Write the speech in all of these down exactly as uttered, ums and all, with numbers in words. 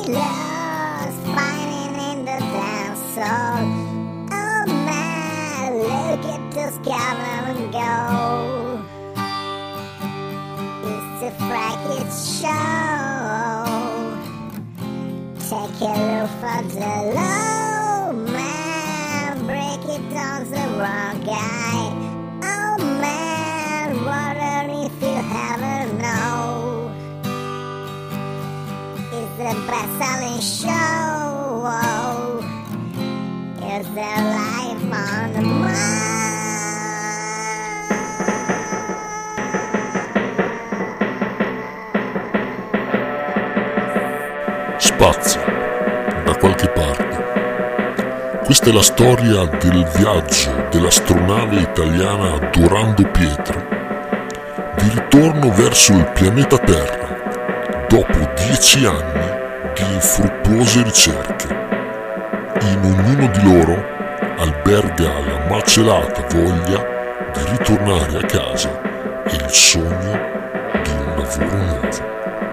lost fighting in the dance hall. Oh man, look at this come and go. It's a fracket show. Take a look for the low man, break it down the wrong guy. Oh man, wonder if you ever know. It's the best-selling show. It's their life on the mind. Spazio da qualche parte. Questa è la storia del viaggio dell'astronave italiana Dorando Pietra di ritorno verso il pianeta Terra dopo dieci anni di infruttuose ricerche. In ognuno di loro alberga la malcelata voglia di ritornare a casa e il sogno di un lavoro nuovo.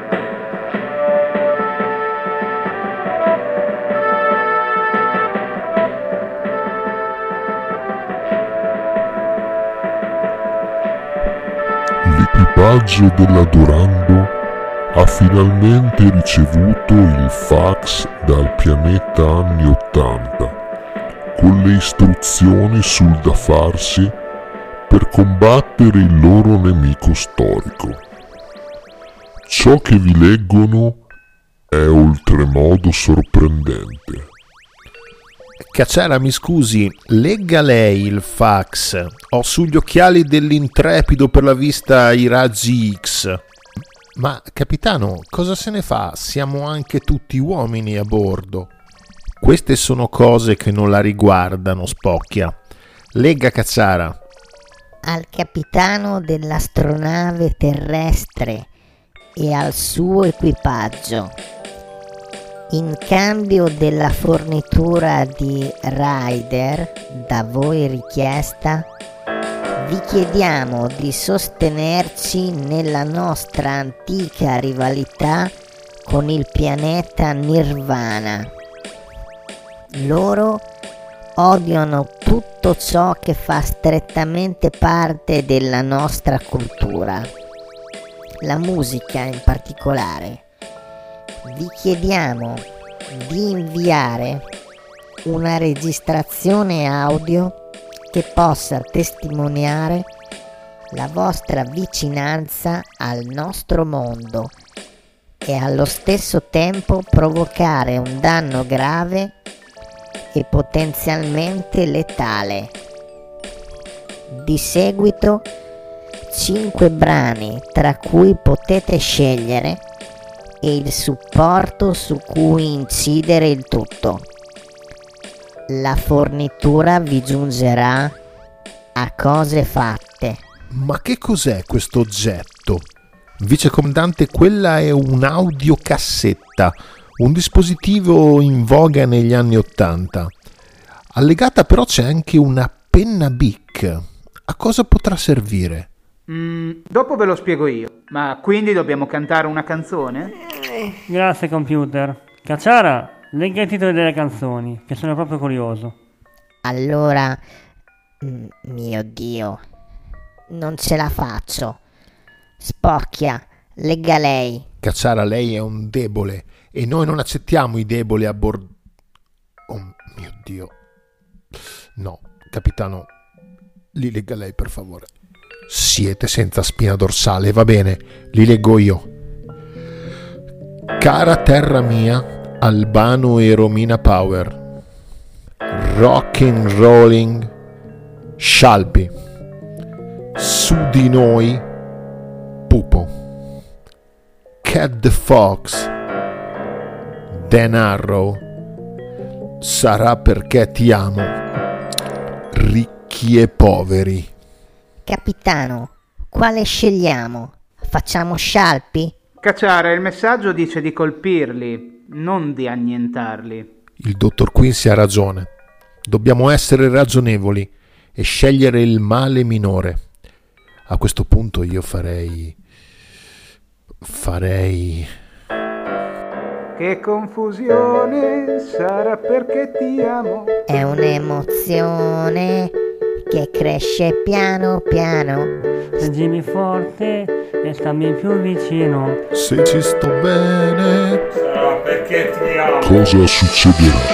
L'equipaggio della Dorando ha finalmente ricevuto il fax dal pianeta anni ottanta con le istruzioni sul da farsi per combattere il loro nemico storico. Ciò che vi leggono è oltremodo sorprendente. Cacciara, mi scusi, legga lei il fax. Ho sugli occhiali dell'Intrepido per la vista ai raggi X. Ma, capitano, cosa se ne fa? Siamo anche tutti uomini a bordo. Queste sono cose che non la riguardano, Spocchia. Legga, Cacciara. Al capitano dell'astronave terrestre e al suo equipaggio. In cambio della fornitura di rider da voi richiesta, vi chiediamo di sostenerci nella nostra antica rivalità con il pianeta Nirvana. Loro odiano tutto ciò che fa strettamente parte della nostra cultura, la musica in particolare. Vi chiediamo di inviare una registrazione audio che possa testimoniare la vostra vicinanza al nostro mondo e allo stesso tempo provocare un danno grave e potenzialmente letale. Di seguito cinque brani tra cui potete scegliere e il supporto su cui incidere il tutto. La fornitura vi giungerà a cose fatte. Ma che cos'è questo oggetto? Vicecomandante, quella è un'audiocassetta, un dispositivo in voga negli anni ottanta. Allegata però c'è anche una penna Bic. A cosa potrà servire? Mm, dopo ve lo spiego io. Ma quindi dobbiamo cantare una canzone? Grazie computer. Cacciara, legga i titoli delle canzoni, che sono proprio curioso. Allora, mio Dio, non ce la faccio. Spocchia, legga lei. Cacciara, lei è un debole e noi non accettiamo i deboli a bordo. Oh mio Dio. No, capitano, li legga lei per favore. Siete senza spina dorsale, va bene, li leggo io. Cara terra mia, Albano e Romina Power, rock and rolling Scialpi, su di noi Pupo, Cat the Fox, Dan Arrow, sarà perché ti amo, ricchi e poveri. Capitano, quale scegliamo? Facciamo Scialpi? Cacciara, il messaggio dice di colpirli, non di annientarli. Il dottor Quincy ha ragione. Dobbiamo essere ragionevoli e scegliere il male minore. A questo punto io farei... farei... Che confusione, sarà perché ti amo. È un'emozione che cresce piano piano. Stringimi forte e stammi più vicino. Se ci sto bene, Sarà perché ti amo. cosa succederà?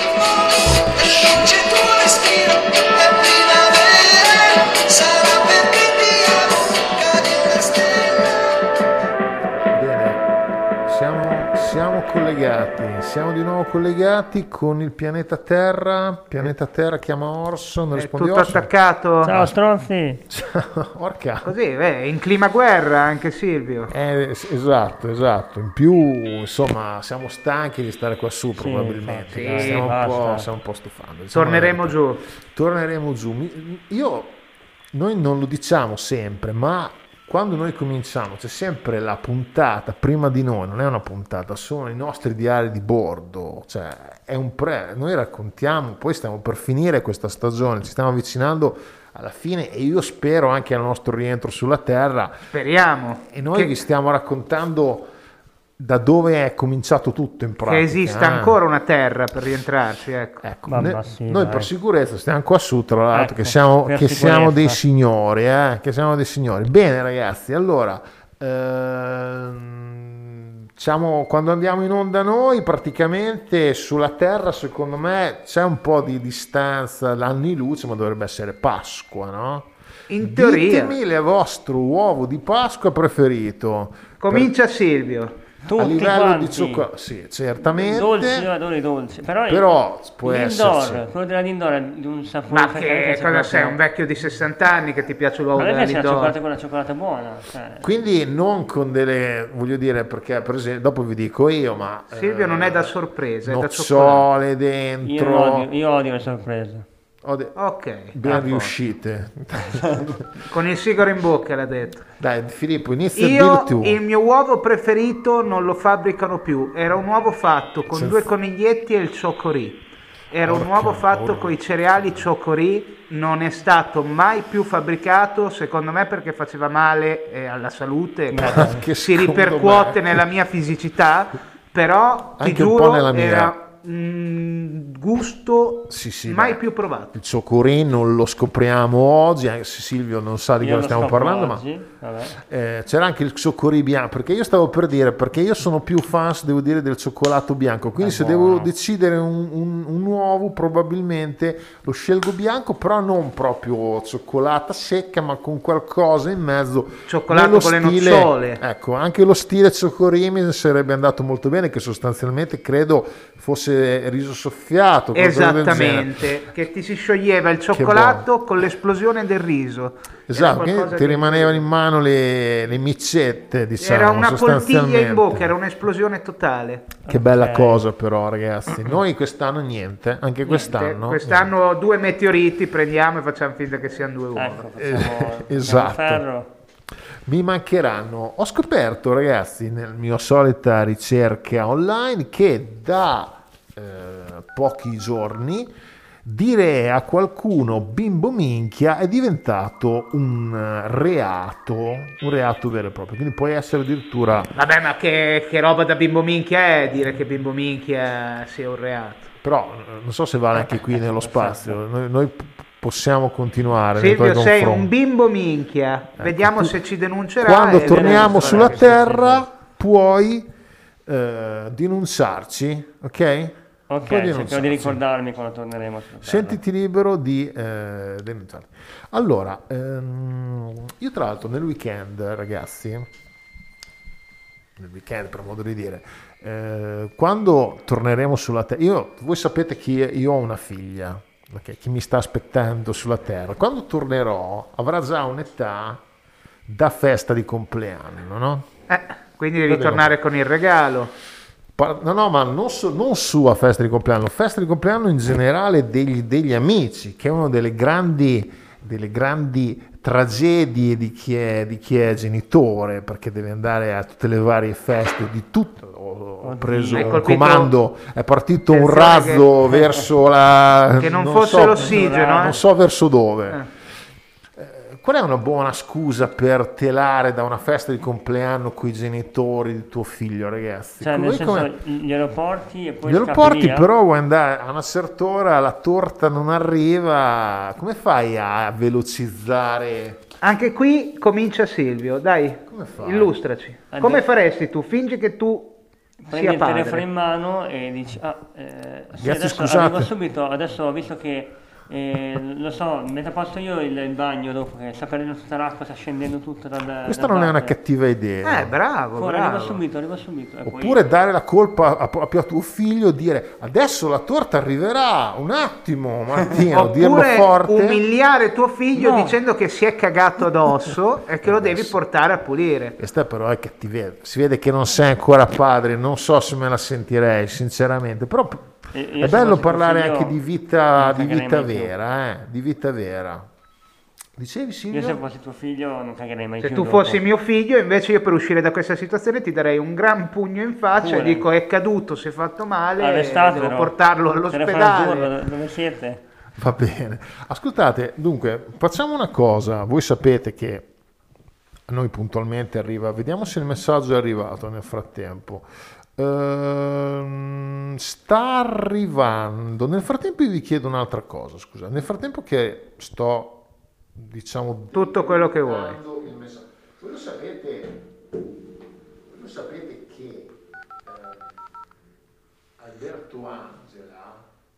Bene, siamo, siamo collegati, siamo di nuovo collegati con il pianeta Terra. Pianeta Terra chiama Orson, non È rispondi tutto Orson. attaccato. Ciao stronzi. Orca. Così, beh, in clima guerra anche Silvio. Eh, es- esatto, esatto. In più, insomma, siamo stanchi di stare qua su, probabilmente. infatti, Stiamo, un basta. po', stiamo un po' stufando. diciamo Torneremo la verità. giù. Torneremo giù. Mi- Io, noi non lo diciamo sempre, ma quando noi cominciamo c'è sempre la puntata prima di noi, non è una puntata, sono i nostri diari di bordo, cioè è un pre, noi raccontiamo, poi stiamo per finire questa stagione, ci stiamo avvicinando alla fine e io spero anche al nostro rientro sulla Terra Speriamo e noi che, vi stiamo raccontando da dove è cominciato tutto in pratica. che esista eh. ancora una terra per rientrarci, ecco. Ecco, Vabbè, ne- sì, noi dai. per sicurezza stiamo qua su, tra l'altro, Ecco, che siamo, per che siamo dei sicurezza. signori, eh, che siamo dei signori. Bene ragazzi, allora, ehm, diciamo, quando andiamo in onda noi, praticamente sulla Terra, secondo me, c'è un po' di distanza d'anni luce, ma dovrebbe essere Pasqua, no? In teoria. Ditemi il vostro uovo di Pasqua preferito. Comincia Silvio. A Tutti livello quanti. di cioccolato, sì, certamente. Dolci, io adoro i dolci. Però, Però può l'Indoor, esserci. quello della Lindor è di un sapore. Ma francamente che cosa proprio- sei, un vecchio di sessanta anni che ti piace l'uovo A me della piace la Lindor? cioccolata con la cioccolata buona. Cioè. Quindi non con delle, voglio dire, perché per esempio, dopo vi dico io, ma Silvio eh, non è da sorpresa, è da cioccolato. nocciole Io dentro, odio, io odio le sorprese. ho de- Ok, ben a posto. riuscite. Con il sigaro in bocca l'ha detto. Dai Filippo, inizia a Io dire tu. il mio uovo preferito non lo fabbricano più. Era un uovo fatto con Senza- due coniglietti e il cioccorì. Era un Porca uovo fatto miseria. con i cereali cioccorì. Non è stato mai più fabbricato, secondo me, perché faceva male eh, alla salute. Anche si secondo ripercuote me. nella mia fisicità. Però ti Anche un po' giuro, nella mia. era un gusto Sì, sì, mai beh. più provato. Il cioccorin non lo scopriamo oggi, anche se Silvio non sa di Io cosa lo stiamo scopro parlando, oggi, ma vabbè. eh, c'era anche il cioccorì bianco, perché io stavo per dire, perché io sono più fans, devo dire, del cioccolato bianco, quindi È se buono. devo decidere un, un- un uovo probabilmente lo scelgo bianco, però non proprio cioccolata secca, ma con qualcosa in mezzo. Cioccolato nello con le stile- nocciole. Ecco, anche lo stile cioccorì mi sarebbe andato molto bene, che sostanzialmente credo fosse riso soffiato. qualcosa del genere. Esattamente, che ti si scioglieva il cioccolato con l'esplosione del riso. Era Esatto, quindi qualcosa ti che- rimanevano in mano le, le micette, diciamo. Era una poltiglia sostanzialmente. in bocca, era un'esplosione totale. Che bella Ok. cosa però ragazzi. Noi quest'anno niente, anche quest'anno. Quest'anno due meteoriti prendiamo e facciamo finta che siano due uova. Ecco, facciamo, facciamo esatto. ferro. Mi mancheranno. Ho scoperto ragazzi nel mio solita ricerca online che da eh, pochi giorni dire a qualcuno bimbo minchia è diventato un eh, reato, un reato vero e proprio, quindi puoi essere addirittura, Vabbè, ma che, che roba da bimbo minchia è dire che bimbo minchia sia un reato? però eh, non so se vale anche qui nello spazio, noi, noi p- possiamo continuare nei Silvio, tuoi sei un confronti. bimbo minchia. Vediamo tu- se ci denuncerà. Quando e torniamo vedremo se sulla sarà che- terra puoi eh, denunciarci, ok? Ok, Puoi cercherò di denunciarci. ricordarmi quando torneremo sulla terra. Sentiti libero di eh, denunciarti. Allora, ehm, io tra l'altro nel weekend, ragazzi, nel weekend per modo di dire, eh, quando torneremo sulla terra, io, voi sapete che io ho una figlia, ok, che mi sta aspettando sulla terra. Quando tornerò avrà già un'età da festa di compleanno, no? Eh, quindi devi Vabbè, tornare con il regalo. Pa- No, no, ma non, su- non sua festa di compleanno, festa di compleanno in generale degli, degli amici, che è una delle grandi, delle grandi tragedie di chi, è, di chi è genitore, perché deve andare a tutte le varie feste di tutto. Ho, ho Oddio. preso Hai un colpito- comando, è partito un Attenzione razzo che- verso la... Che non fosse so- l'ossigeno, eh. Non so verso dove. Eh. Eh, qual è una buona scusa per telare da una festa di compleanno con i genitori di tuo figlio, ragazzi? Cioè, Come- nel senso, come- glielo porti e poi glielo scappi porti, via? però vuoi andare a una certa ora, la torta non arriva, come fai a velocizzare? Anche qui comincia Silvio, dai, Come fai? illustraci. Addio. Come faresti tu? Fingi che tu Prendi sia il telefono padre. in mano e dici, ah, eh, sì, Ragazzi, adesso scusate. arrivo subito, adesso ho visto che, eh, lo so, metto a posto io il, il bagno dopo che sta perdendo tutta l'acqua, sta scendendo tutto dal Questa dal non è una water. cattiva idea. Eh, bravo, Fuori, arrivo bravo. subito, arrivo subito. E poi- Oppure dare la colpa a- proprio a tuo figlio, dire adesso la torta arriverà, un attimo Martino, dirlo Oppure forte. umiliare tuo figlio No. dicendo che si è cagato addosso e che lo devi portare a pulire. Questa però è cattiveria, si vede che non sei ancora padre, non so se me la sentirei sinceramente, però E- io è se bello fossi tuo parlare figlio, anche di vita, non di cagherei vita mai più. vera, eh, di vita vera. Dicevi Io se Silvio? fossi tuo figlio non cagherei mai Se più tu dopo. fossi mio figlio, invece io per uscire da questa situazione ti darei un gran pugno in faccia Pure. e dico è caduto, si è fatto male, Arrestatelo. devo portarlo Telefono all'ospedale. azzurro, dove siete? Va bene. Ascoltate, dunque, facciamo una cosa, voi sapete che a noi puntualmente arriva, vediamo se il messaggio è arrivato nel frattempo. Ehm, sta arrivando. Nel frattempo io vi chiedo un'altra cosa, scusa. Nel frattempo che sto, diciamo, Tutto quello che vuoi. dando il messaggio. Voi lo sapete, voi lo sapete che eh, Alberto Angela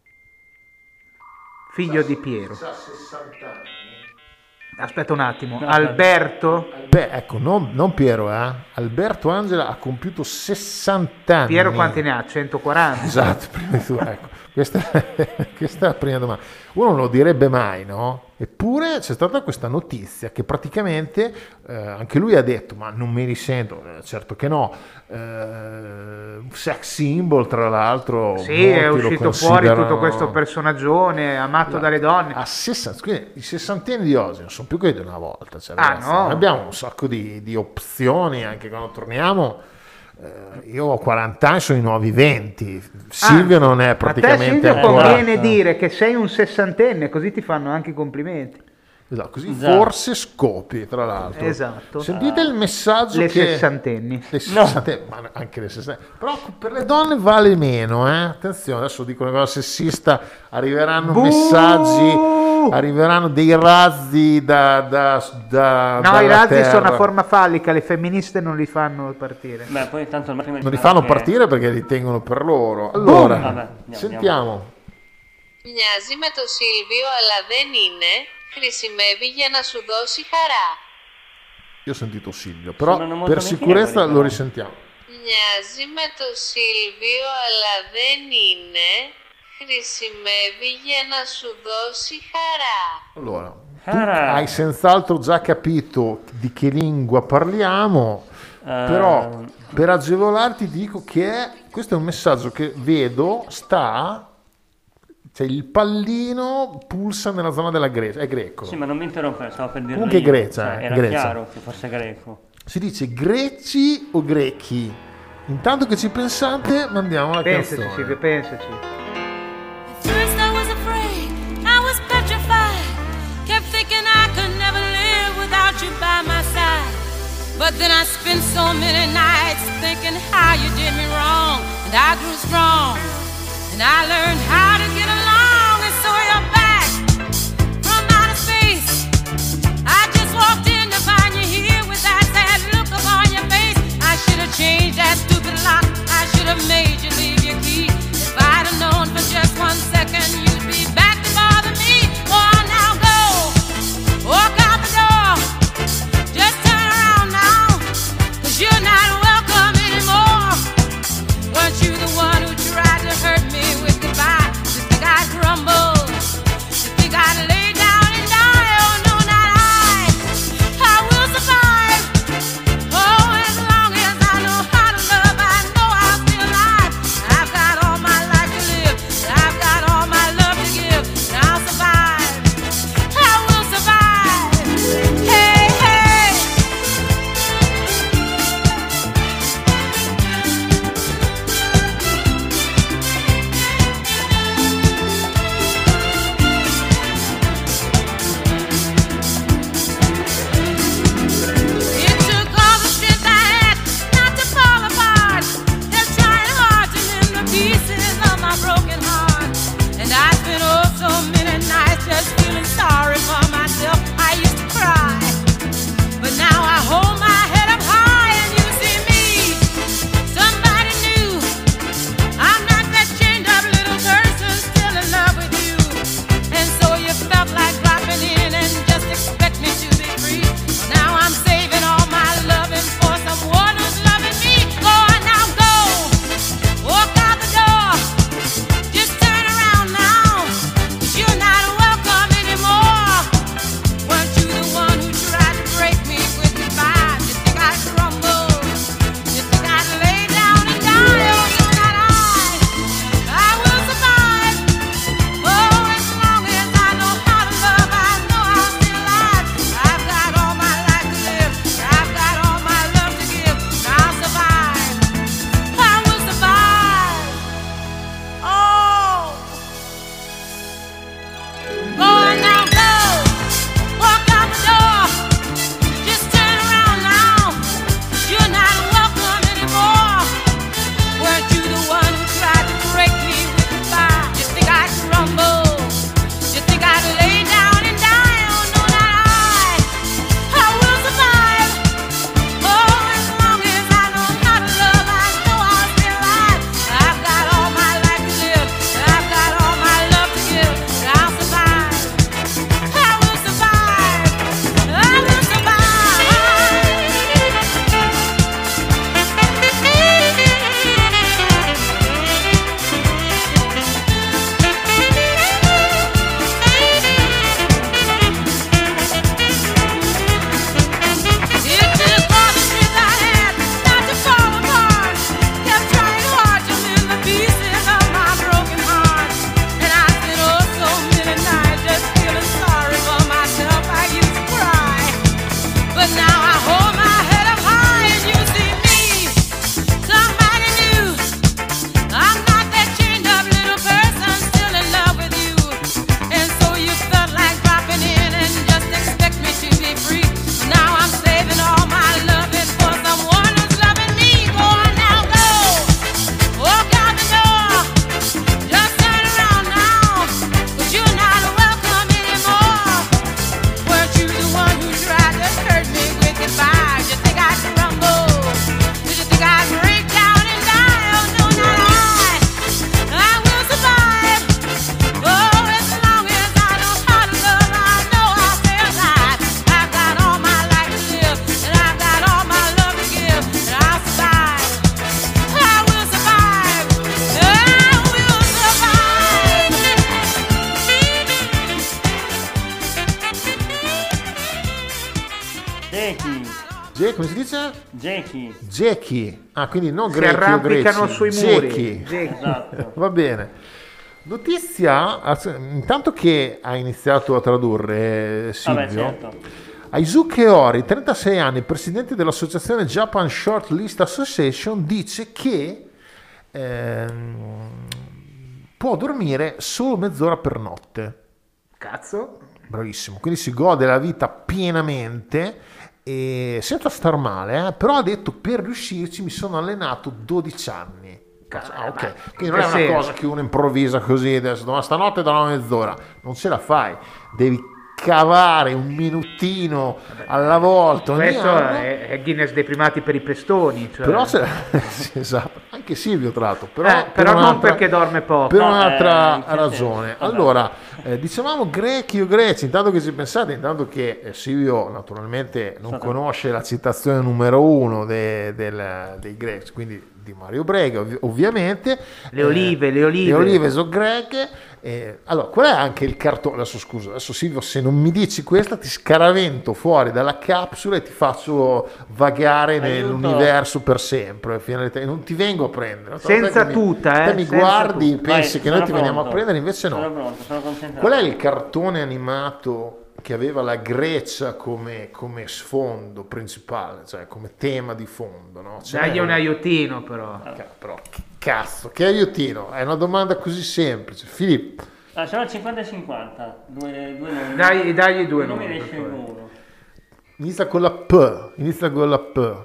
Figlio di Piero. ha sessanta anni. Aspetta un attimo, No, Alberto? Beh, ecco, non, non Piero, eh. Alberto Angela ha compiuto sessanta anni. Piero quanti ne ha? centoquaranta? Esatto, prima di tutto, ecco. Questa, questa è la prima domanda. Uno non lo direbbe mai, no? Eppure c'è stata questa notizia che praticamente eh, anche lui ha detto, ma non mi risento, eh, certo che no, eh, sex symbol tra l'altro. Sì, molti è lo uscito fuori considerano- tutto questo personaggione amato dalle donne. a sessanta, quindi i sessantenni di oggi non sono più quelli di una volta, cioè, Ah, ragazzi, no? noi abbiamo un sacco di, di opzioni anche quando torniamo. Eh, io ho quaranta anni, sono i nuovi venti. Silvio non è A te praticamente Silvio ancora. conviene dire che sei un sessantenne, così ti fanno anche i complimenti. Esatto, così Esatto. forse scopi, tra l'altro. Esatto. Sentite il messaggio Le che sessantenni. le sessantenni, ma anche le sessantenni. Però per le donne vale meno, eh? Attenzione, adesso dico una cosa sessista, arriveranno Buh! messaggi, arriveranno dei razzi da, da, da No, i dalla razzi sono terra. a forma fallica, le femministe non li fanno partire. Beh, poi tanto il prima Non li fanno partire perché li tengono per loro. Allora, Vabbè, andiamo, sentiamo. Μοιάζει με το Σίλβιο, αλλά δεν είναι. Χρησιμεύει για να σου δώσει χαρά. Io ho sentito Silvio, però Sembrano molto per sicurezza amichevoli, lo però. risentiamo. Μοιάζει με το Σίλβιο, αλλά δεν είναι. Χρησιμεύει για να σου δώσει χαρά. Allora, tu Ah. hai senz'altro già capito di che lingua parliamo, Eh, però per agevolarti dico che è, questo è un messaggio che vedo sta, cioè il pallino pulsa nella zona della Grecia, è greco. Sì, ma non mi interrompere, stavo per dirlo Comunque io. Grecia, Cioè, eh, era Grecia. chiaro che fosse greco. Si dice greci o grechi? Intanto che ci pensate, mandiamo la Pensaci, canzone. Silvio, pensaci. At first I was afraid, I was petrified. Kept thinking I could never live without you by my side. But then I spent so many nights thinking how you did me wrong. And I grew strong, and I learned how to get along. And so you're back from outer space. I just walked in to find you here with that sad look upon your face. I should have changed that stupid lock. I should have made you leave your key. If I'd have known for just one second you'd be back to bother me. Oh, now go, walk out the door. Just turn around now, 'cause you're not welcome anymore. Weren't you the one who tried to hurt me with goodbye? You think I But now I hold my head up high and you see me, somebody new. I'm not that chained up little person still in love with you. And so you felt like dropping in and just expect me to be free. Now I'm saving all my loving for someone who's loving me. Go on now, go. Walk out the door. Just turn around now. But you're not welcome anymore. Weren't you the one who tried to hurt me with goodbye? Did you think I'd crumble? Did you think I'd break down and die? Oh no, not I. I will survive. Oh, as long as I know how to love, I know I'll stay alive. I've got all my life to live, and I've got all my love to give, and I'll survive. I will survive. I will survive. Jackie, Ge- come si dice? Jackie, Gechi. Ah, quindi non Si grechi o arrampicano greci. sui muri. Gechi. Gechi. esatto. Va bene. Notizia, intanto che ha iniziato a tradurre eh, Vabbè, Silvio, certo. Aizuke Ori, trentasei anni, presidente dell'associazione Japan Short List Association, dice che ehm, può dormire solo mezz'ora per notte. Cazzo. Bravissimo, quindi si gode la vita pienamente e senza star male, eh, però ha detto per riuscirci mi sono allenato dodici anni. Cazzo, ah, ok, quindi non è che una senso? cosa che uno improvvisa così adesso, ma stanotte da una mezz'ora, non ce la fai, devi cavare un minutino alla volta ogni Questo anno. è, è Guinness dei primati per i pestoni. Cioè. Però c'è, sì, esatto, anche Silvio tra l'altro, però, Eh, però per non un'altra- perché dorme poco. per No, un'altra eh, in che ragione. senso? Vabbè. Allora, eh, dicevamo grechi o greci, intanto che ci pensate, intanto che eh, Silvio naturalmente non Stato- conosce la citazione numero uno de- del- dei greci, quindi di Mario Brega ovvi- ovviamente. Le olive, le olive. Le olive sono greche. Eh, allora, qual è anche il cartone? Adesso scusa, adesso Silvio, se non mi dici questa, ti scaravento fuori dalla capsula e ti faccio vagare Aiuto. nell'universo per sempre. fino alle te- E non ti vengo a prendere. Senza Te mi- tuta, eh, Te mi senza guardi, tuta. pensi Vai, che noi sono ti veniamo a pronto. prendere, invece Sono no. pronto, sono concentrato. Qual è il cartone animato che aveva la Grecia come, come sfondo principale, cioè come tema di fondo? No? Ce Dagli n'è un uno? aiutino però. Ca- Però, che cazzo, che aiutino? È una domanda così semplice. Filippo, Ah, sono cinquanta e cinquanta. Due, due nomi. Dai, dagli due non mi nomi, ne per scelgo favore. uno. inizia con la P, inizia con la P,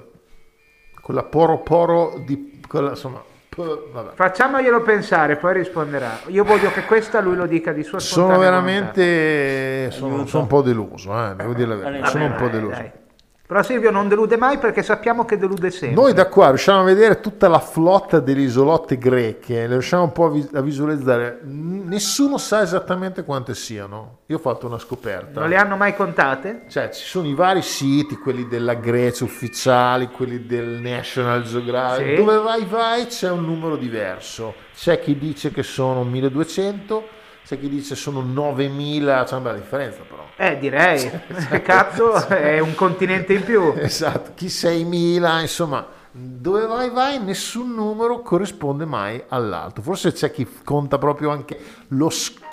con la poro poro di, con la- insomma, P, vabbè. Facciamoglielo pensare, poi risponderà. Io voglio che questa lui lo dica di sua Sono spontanea veramente, sono, Aiuto. sono un po' deluso, eh, devo dire la verità, Allora, sono un po' volontà. deluso. Dai. Però Silvio non delude mai perché sappiamo che delude sempre. Noi da qua riusciamo a vedere tutta la flotta delle isolotte greche, le riusciamo un po' a, vi- a visualizzare. N- Nessuno sa esattamente quante siano. Io ho fatto una scoperta. Non le hanno mai contate? Cioè, ci sono i vari siti, quelli della Grecia ufficiali, quelli del National Geographic. Sì. Dove vai, vai, c'è un numero diverso. C'è chi dice che sono milleduecento, c'è chi dice sono novemila, c'è una bella differenza però. Eh, direi. Cazzo, è un continente in più. Esatto, chi seimila, insomma, dove vai vai nessun numero corrisponde mai all'altro. Forse c'è chi conta proprio anche lo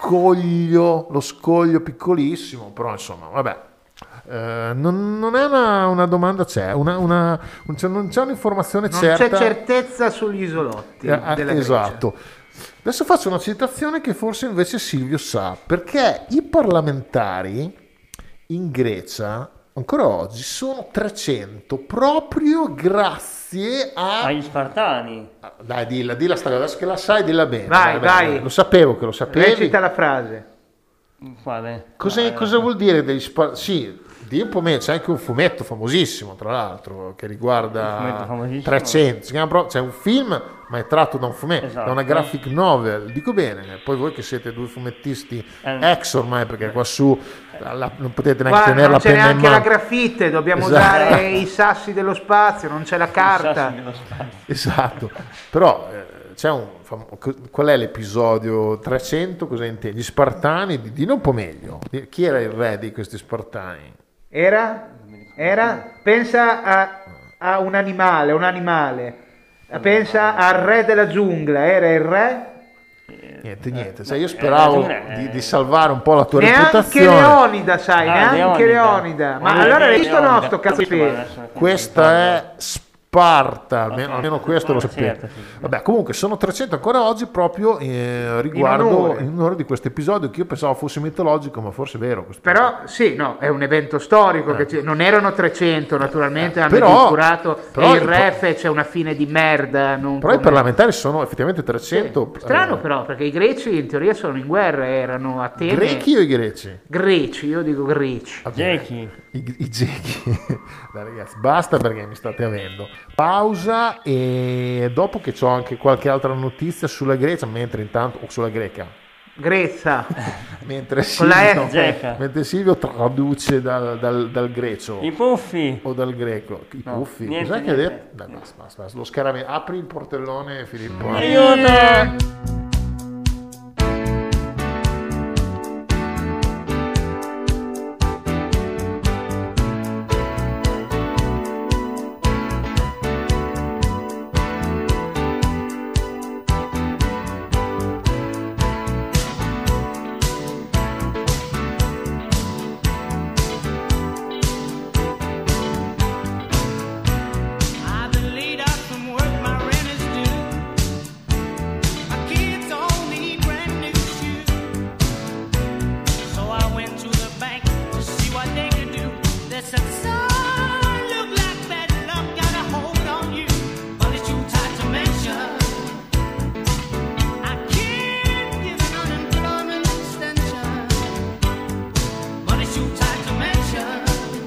scoglio, lo scoglio piccolissimo, però insomma, vabbè. Eh, non, non è una, una domanda, c'è una, una, un- c'è- non c'è un'informazione Non certa. c'è certezza sugli isolotti Eh, della Grecia. esatto. Adesso faccio una citazione che forse invece Silvio sa, perché i parlamentari in Grecia ancora oggi sono trecento proprio grazie a... Agli Spartani. Dai, dilla, dilla sta cosa, adesso che la sai, dilla bene. Vai, vai. Lo sapevo che lo sapevi. Recita la frase. Quale? Cosa, No, cosa vuol dire degli spar- Sì, di un po' meno, c'è anche un fumetto famosissimo, tra l'altro, che Un riguarda fumetto famosissimo? trecento. Si chiama pro- c'è un film, ma è tratto da un fumetto, Esatto. da una graphic novel. Dico bene, poi voi che siete due fumettisti Eh. ex ormai, perché qua su la- non potete neanche Qua tenere non la c'è penna in neanche la mano. grafite, dobbiamo Esatto. usare i sassi dello spazio, non c'è la carta. Sassi dello spazio. Esatto, però eh, c'è un fam- co- qual è l'episodio trecento? Cosa intendi? Gli Spartani, di, di un po' meglio. Di- Chi era il re di questi Spartani? Era? Era? Pensa a, a un animale, un animale. Pensa al re della giungla, era il re? Niente, niente. Eh, Sai, io eh, speravo ragione, di, eh. di salvare un po' la tua Neanche reputazione. Leonida, sai, Ah, neanche Leonida. Leonida. Ma Eh, allora hai eh, visto Leonida. no, sto cazzo di Ho visto, ma pelo? adesso- Questa è Sparta, almeno, Ok. almeno questo lo Ah, sapevo. certo, sì. Vabbè, comunque sono trecento ancora oggi proprio eh, riguardo In onore. in onore di questo episodio che io pensavo fosse mitologico, ma forse è vero. questo. Però sì, no, è un evento storico, che ci- non erano trecento naturalmente, hanno Però- addiriturato però- e il ref c'è una fine di merda. Non Però i come- parlamentari sono effettivamente trecento. Sì, strano eh, però, perché i greci in teoria sono in guerra, erano Atene. Grechi o i greci? Greci, io dico greci. Gechi. I, i gechi. Dai ragazzi, basta perché mi state avendo. Pausa e dopo che ho anche qualche altra notizia sulla Grecia, mentre intanto, o sulla greca, Grezza. mentre Con la Silvio, F. Geca. mentre Silvio traduce dal, dal, dal greco I puffi. o dal greco. I No, puffi. niente, Cos'è che ha niente. detto? Dai, basta, basta, basta. Lo scaravento. Apri il portellone, Filippo. Aiuto. I've been laid up from work, my rent is due. My kids all need brand new shoes. So I went to the bank to see what they could do. They said, son, look like bad luck got a hold on you. But it's too tight to mention. I can't give an unemployment extension. But it's too tight to mention.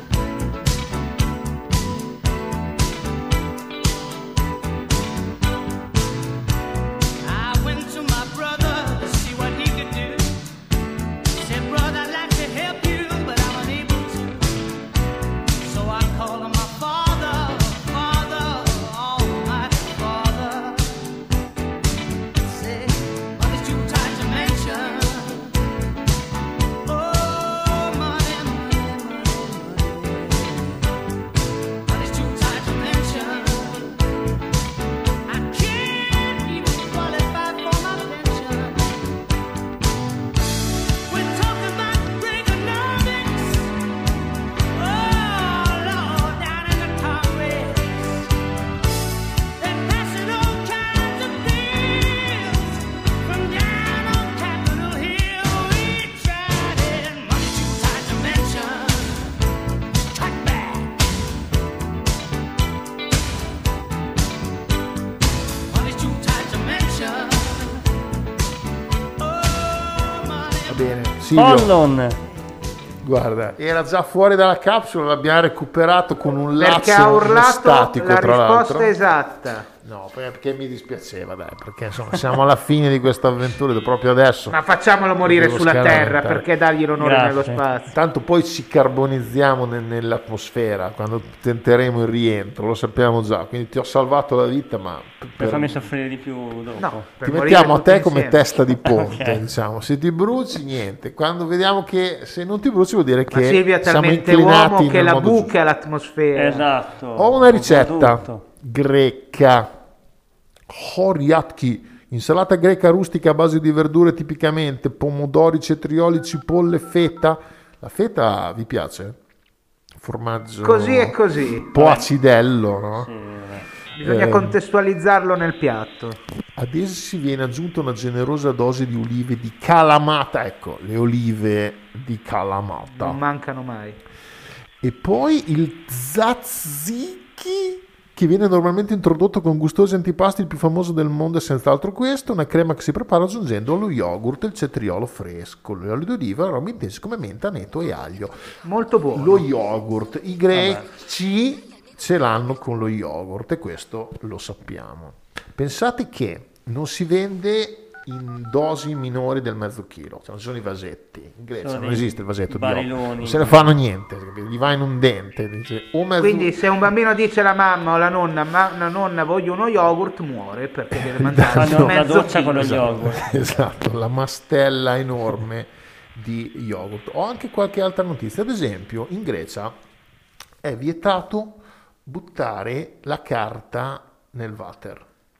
I went to my brother to see what he could do. Said, brother, I'd like to help you, but I'm unable to. So I called on my father, father, almighty father. Said, but it's too tight to mention. Oh, money, money, money, money. But it's too tight to mention. I can't even qualify for my pension. We're talking about Reaganomics. Oh, Lord, down in the Congress. They're passing all kinds of bills from down on Capitol Hill. We tried it, money too tight to mention. Cut back. Money too tight to mention. Oh, money. Va bene, Silvio. Pollon. Guarda, era già fuori dalla capsula, l'abbiamo recuperato con un Perché lazzo ha urlato statico, la tra l'altro. risposta esatta. No, perché mi dispiaceva, dai, perché insomma siamo alla fine di questa avventura, ed è proprio adesso. Ma facciamolo morire Devo sulla scaraventare. terra, perché dargli l'onore Grazie. nello spazio. Tanto poi ci carbonizziamo ne- nell'atmosfera quando tenteremo il rientro, lo sappiamo già, quindi ti ho salvato la vita, ma Per per- farmi soffrire di più dopo. No, per ti morire mettiamo a tutti te come insieme. testa di ponte, Ok. diciamo. Se ti bruci, niente. Quando vediamo che se non ti bruci vuol dire Ma che Silvia è siamo talmente inclinati uomo che nel la modo giusto. buca l'atmosfera. Esatto. Ho una ricetta Tutto. greca. Horiatki, insalata greca rustica a base di verdure tipicamente, pomodori, cetrioli, cipolle, feta. La feta vi piace? Formaggio Così e così. un po' acidello, no? Sì, vabbè. Bisogna Eh. contestualizzarlo nel piatto. Ad essi viene aggiunta una generosa dose di olive di Kalamata, ecco, le olive di Kalamata. Non mancano mai. E poi il tzatziki, che viene normalmente introdotto con gustosi antipasti. Il più famoso del mondo è senz'altro questo, una crema che si prepara aggiungendo allo yogurt il cetriolo fresco, l'olio d'oliva, aromi intensi come menta, aneto e aglio. Molto buono. Lo yogurt, i greci ce l'hanno con lo yogurt e questo lo sappiamo. Pensate che non si vende in dosi minori del mezzo chilo, cioè non ci sono i vasetti, in Grecia Sono non dei esiste il vasetto di yogurt, bariloni. non se ne fanno niente, gli va in un dente, dice, o mezzo... Quindi se un bambino dice alla mamma o alla nonna, ma la nonna voglio uno yogurt, muore perché deve mangiare Fanno la mezzo doccia chilo. con lo Esatto, yogurt. esatto, la mastella enorme di yogurt. Ho anche qualche altra notizia, ad esempio in Grecia è vietato buttare la carta nel water, perché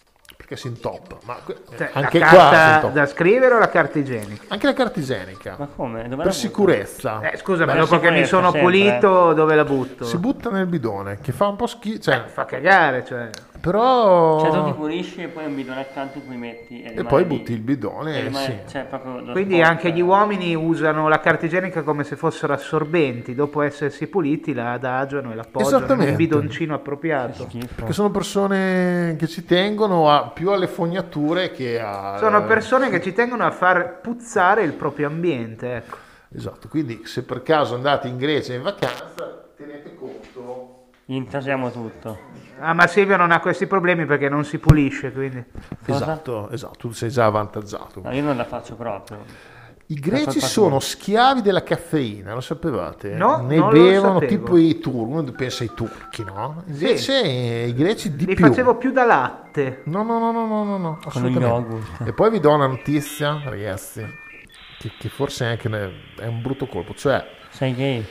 che si intoppa. Ma Cioè, anche la qua si carta intoppa. da scrivere o la carta igienica? Anche la carta igienica. Ma come? Dove la Per butto? sicurezza. Eh, scusa, ma Beh, dopo che mi sicurezza, sono sempre, pulito, dove la butto? Si butta nel bidone, che fa un po' schifo. Cioè, Fa cagare, cioè. però... Cioè tu ti pulisci e poi un bidone accanto in cui metti e, E rimane poi lì. butti il bidone, E rimane- sì. cioè, proprio lo Quindi sport, anche gli eh. uomini usano la carta igienica come se fossero assorbenti, dopo essersi puliti la adagiano e la appoggiano in Esattamente. un bidoncino appropriato. Schifo. Perché sono persone che ci tengono a, più alle fognature che a... Sono persone che ci tengono a far puzzare il proprio ambiente, ecco. Esatto, quindi se per caso andate in Grecia in vacanza, tenete conto... Intasiamo tutto. Ah, ma Silvio non ha questi problemi perché non si pulisce, quindi. Esatto, esatto, tu sei già avvantaggiato. No, io non la faccio proprio. I greci colpa sono tua. schiavi della caffeina, lo sapevate? No, ne non lo bevono sapevo. tipo i turchi, uno pensa ai turchi, no? Invece eh, i greci di Li più. facevo più da latte. No, no, no, no, no, no, no, Con gli assolutamente. yogurt. E poi vi do una notizia, ragazzi, che, che forse anche ne- è un brutto colpo, cioè... Sei gay?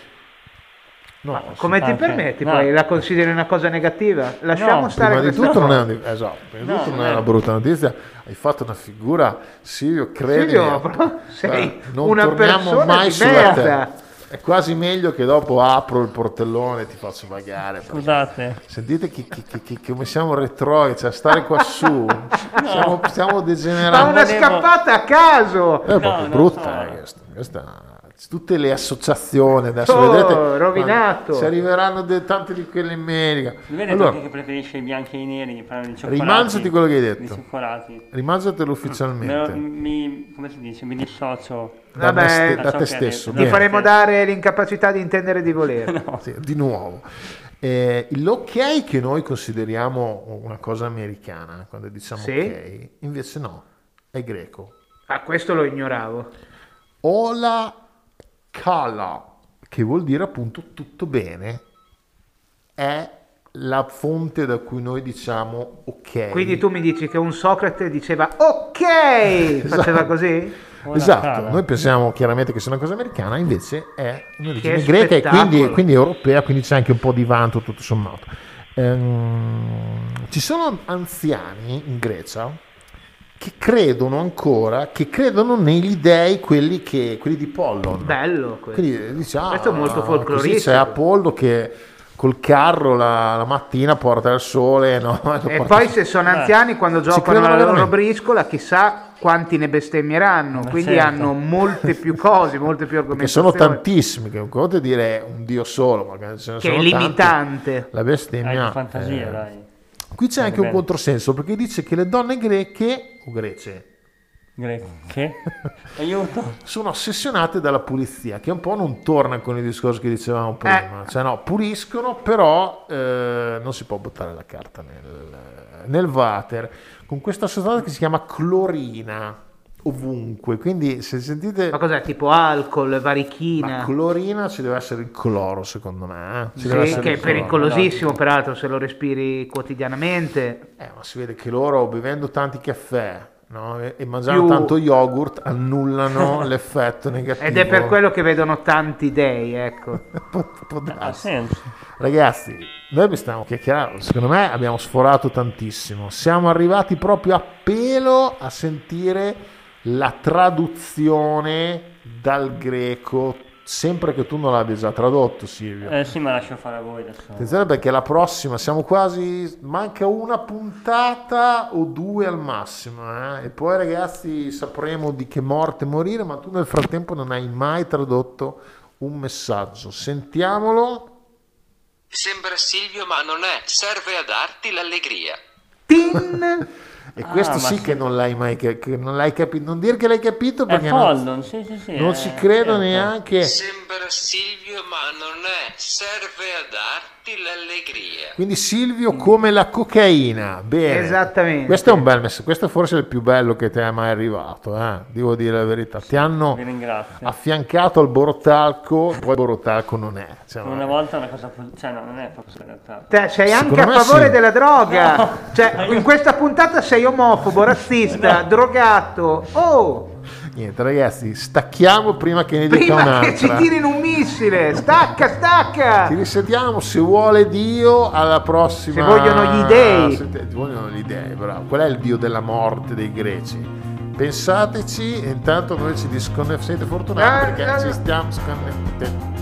No, Come ti Ah, ok. permetti? No. Poi la consideri una cosa negativa? Lasciamo No, stare prima di questa tutto non cosa. è, un- esatto, prima di No, tutto non non è è- una brutta notizia, hai fatto una figura, Silvio, credi, Silvio, però sei non una torniamo persona mai di sulla merda. terra. È quasi meglio che dopo apro il portellone e ti faccio pagare. perché Scusate. Sentite che, che- che- che- come siamo retrogradi, cioè stare qua su, stiamo, stiamo Ma degenerando. una volevo- scappata a caso! È proprio non brutta, so. eh, questa, questa- tutte le associazioni adesso Oh, vedete rovinato. ma si arriveranno de- tante di quelle in America. Mi vede Allora, anche che preferisce i bianchi e i neri, parlano di cioccolati. rimangiati quello che hai detto. Di cioccolati. rimangiatelo Me lo- ufficialmente mi, come si dice, mi dissocio. da, Vabbè, me ste- da da ciò te che hai stesso. detto. Ti bene. faremo dare l'incapacità di intendere e di volere. Sì, di nuovo. Eh, l'ok che noi consideriamo una cosa americana quando diciamo Sì. ok, invece no, è greco. Ah, questo lo ignoravo. Ola kala, che vuol dire appunto tutto bene, è la fonte da cui noi diciamo ok. Quindi tu mi dici che un Socrate diceva ok, faceva così? Ora Esatto, cala. noi pensiamo chiaramente che sia una cosa americana, invece è in origine Che greca e quindi, spettacolo. quindi europea, quindi c'è anche un po' di vanto tutto sommato. Ehm, ci sono anziani in Grecia che credono ancora, che credono negli dei, quelli, che, quelli di Pollon. Bello questo. Quindi dice, ah, Questo è molto così folcloristico. c'è Apollo che col carro la, la mattina porta il sole, no? Lo E porta- poi se sono anziani quando giocano credono la loro veramente. briscola, chissà quanti ne bestemmieranno. Ma Quindi certo. hanno molte più cose, molte più che sono argomentazioni. tantissimi, che un conto è dire un dio solo, magari ce ne Che è sono tanti. limitante. La Hai bestemmia. più fantasia, eh, dai. Qui c'è anche un bello. controsenso perché dice che le donne greche o grece Greco. Che? Aiuto. sono ossessionate dalla pulizia, che un po' non torna con il discorso che dicevamo prima. Cioè no, puliscono, però eh, non si può buttare la carta nel, nel water con questa sostanza che si chiama clorina ovunque. Quindi se sentite Ma cos'è? Tipo alcol, ma varichina? clorina ci deve essere il cloro, secondo me. eh. Ci Sì, deve essere che è il cloro. pericolosissimo peraltro se lo respiri quotidianamente. Eh, ma si vede che loro bevendo tanti caffè, no? e, e mangiando Più- tanto yogurt annullano l'effetto negativo. Ed è per quello che vedono tanti dei, ecco. Può- può Ha darsi. senso. Ragazzi, noi vi stiamo chiacchierando, secondo me abbiamo sforato tantissimo. Siamo arrivati proprio a pelo a sentire la traduzione dal greco, sempre che tu non l'abbia già tradotto, Silvio. Eh sì, ma lascio fare a voi adesso. Attenzione perché la prossima siamo quasi, manca una puntata o due al massimo, eh? E poi ragazzi sapremo di che morte morire, ma tu nel frattempo non hai mai tradotto un messaggio. Sentiamolo. Sembra Silvio, ma non è. Serve a darti l'allegria. Tin! E questo ma sì sì. che non l'hai mai che che non l'hai capito, non dire che l'hai capito È perché non, Pollon, sì, sì, sì. non eh, ci credo certo. neanche. Sembra Silvio, ma non è. Serve a darti l'allegria. Quindi Silvio come la cocaina, bene. Esattamente. Questo è un bel messaggio, questo è forse il più bello che ti è mai arrivato, eh? Devo dire la verità. Ti hanno Vi ringrazio. affiancato al borotalco, poi il borotalco non è. Cioè, non Una è. volta una cosa, po- cioè no, non è proprio in realtà. Te sei anche Secondo a me favore sì. della droga. No. Cioè, in questa puntata sei omofobo, razzista, drogato. Oh! Niente ragazzi, stacchiamo prima che ne dica Prima un'altra. che ci tirino un missile, stacca, stacca. Ci risentiamo se vuole Dio alla prossima. Se vogliono gli dei. Se te- vogliono gli dei, bravo. Qual è il dio della morte dei greci? Pensateci, e intanto noi ci disconnettiamo. Siete fortunati Ah, perché ah. ci stiamo sconnettendo.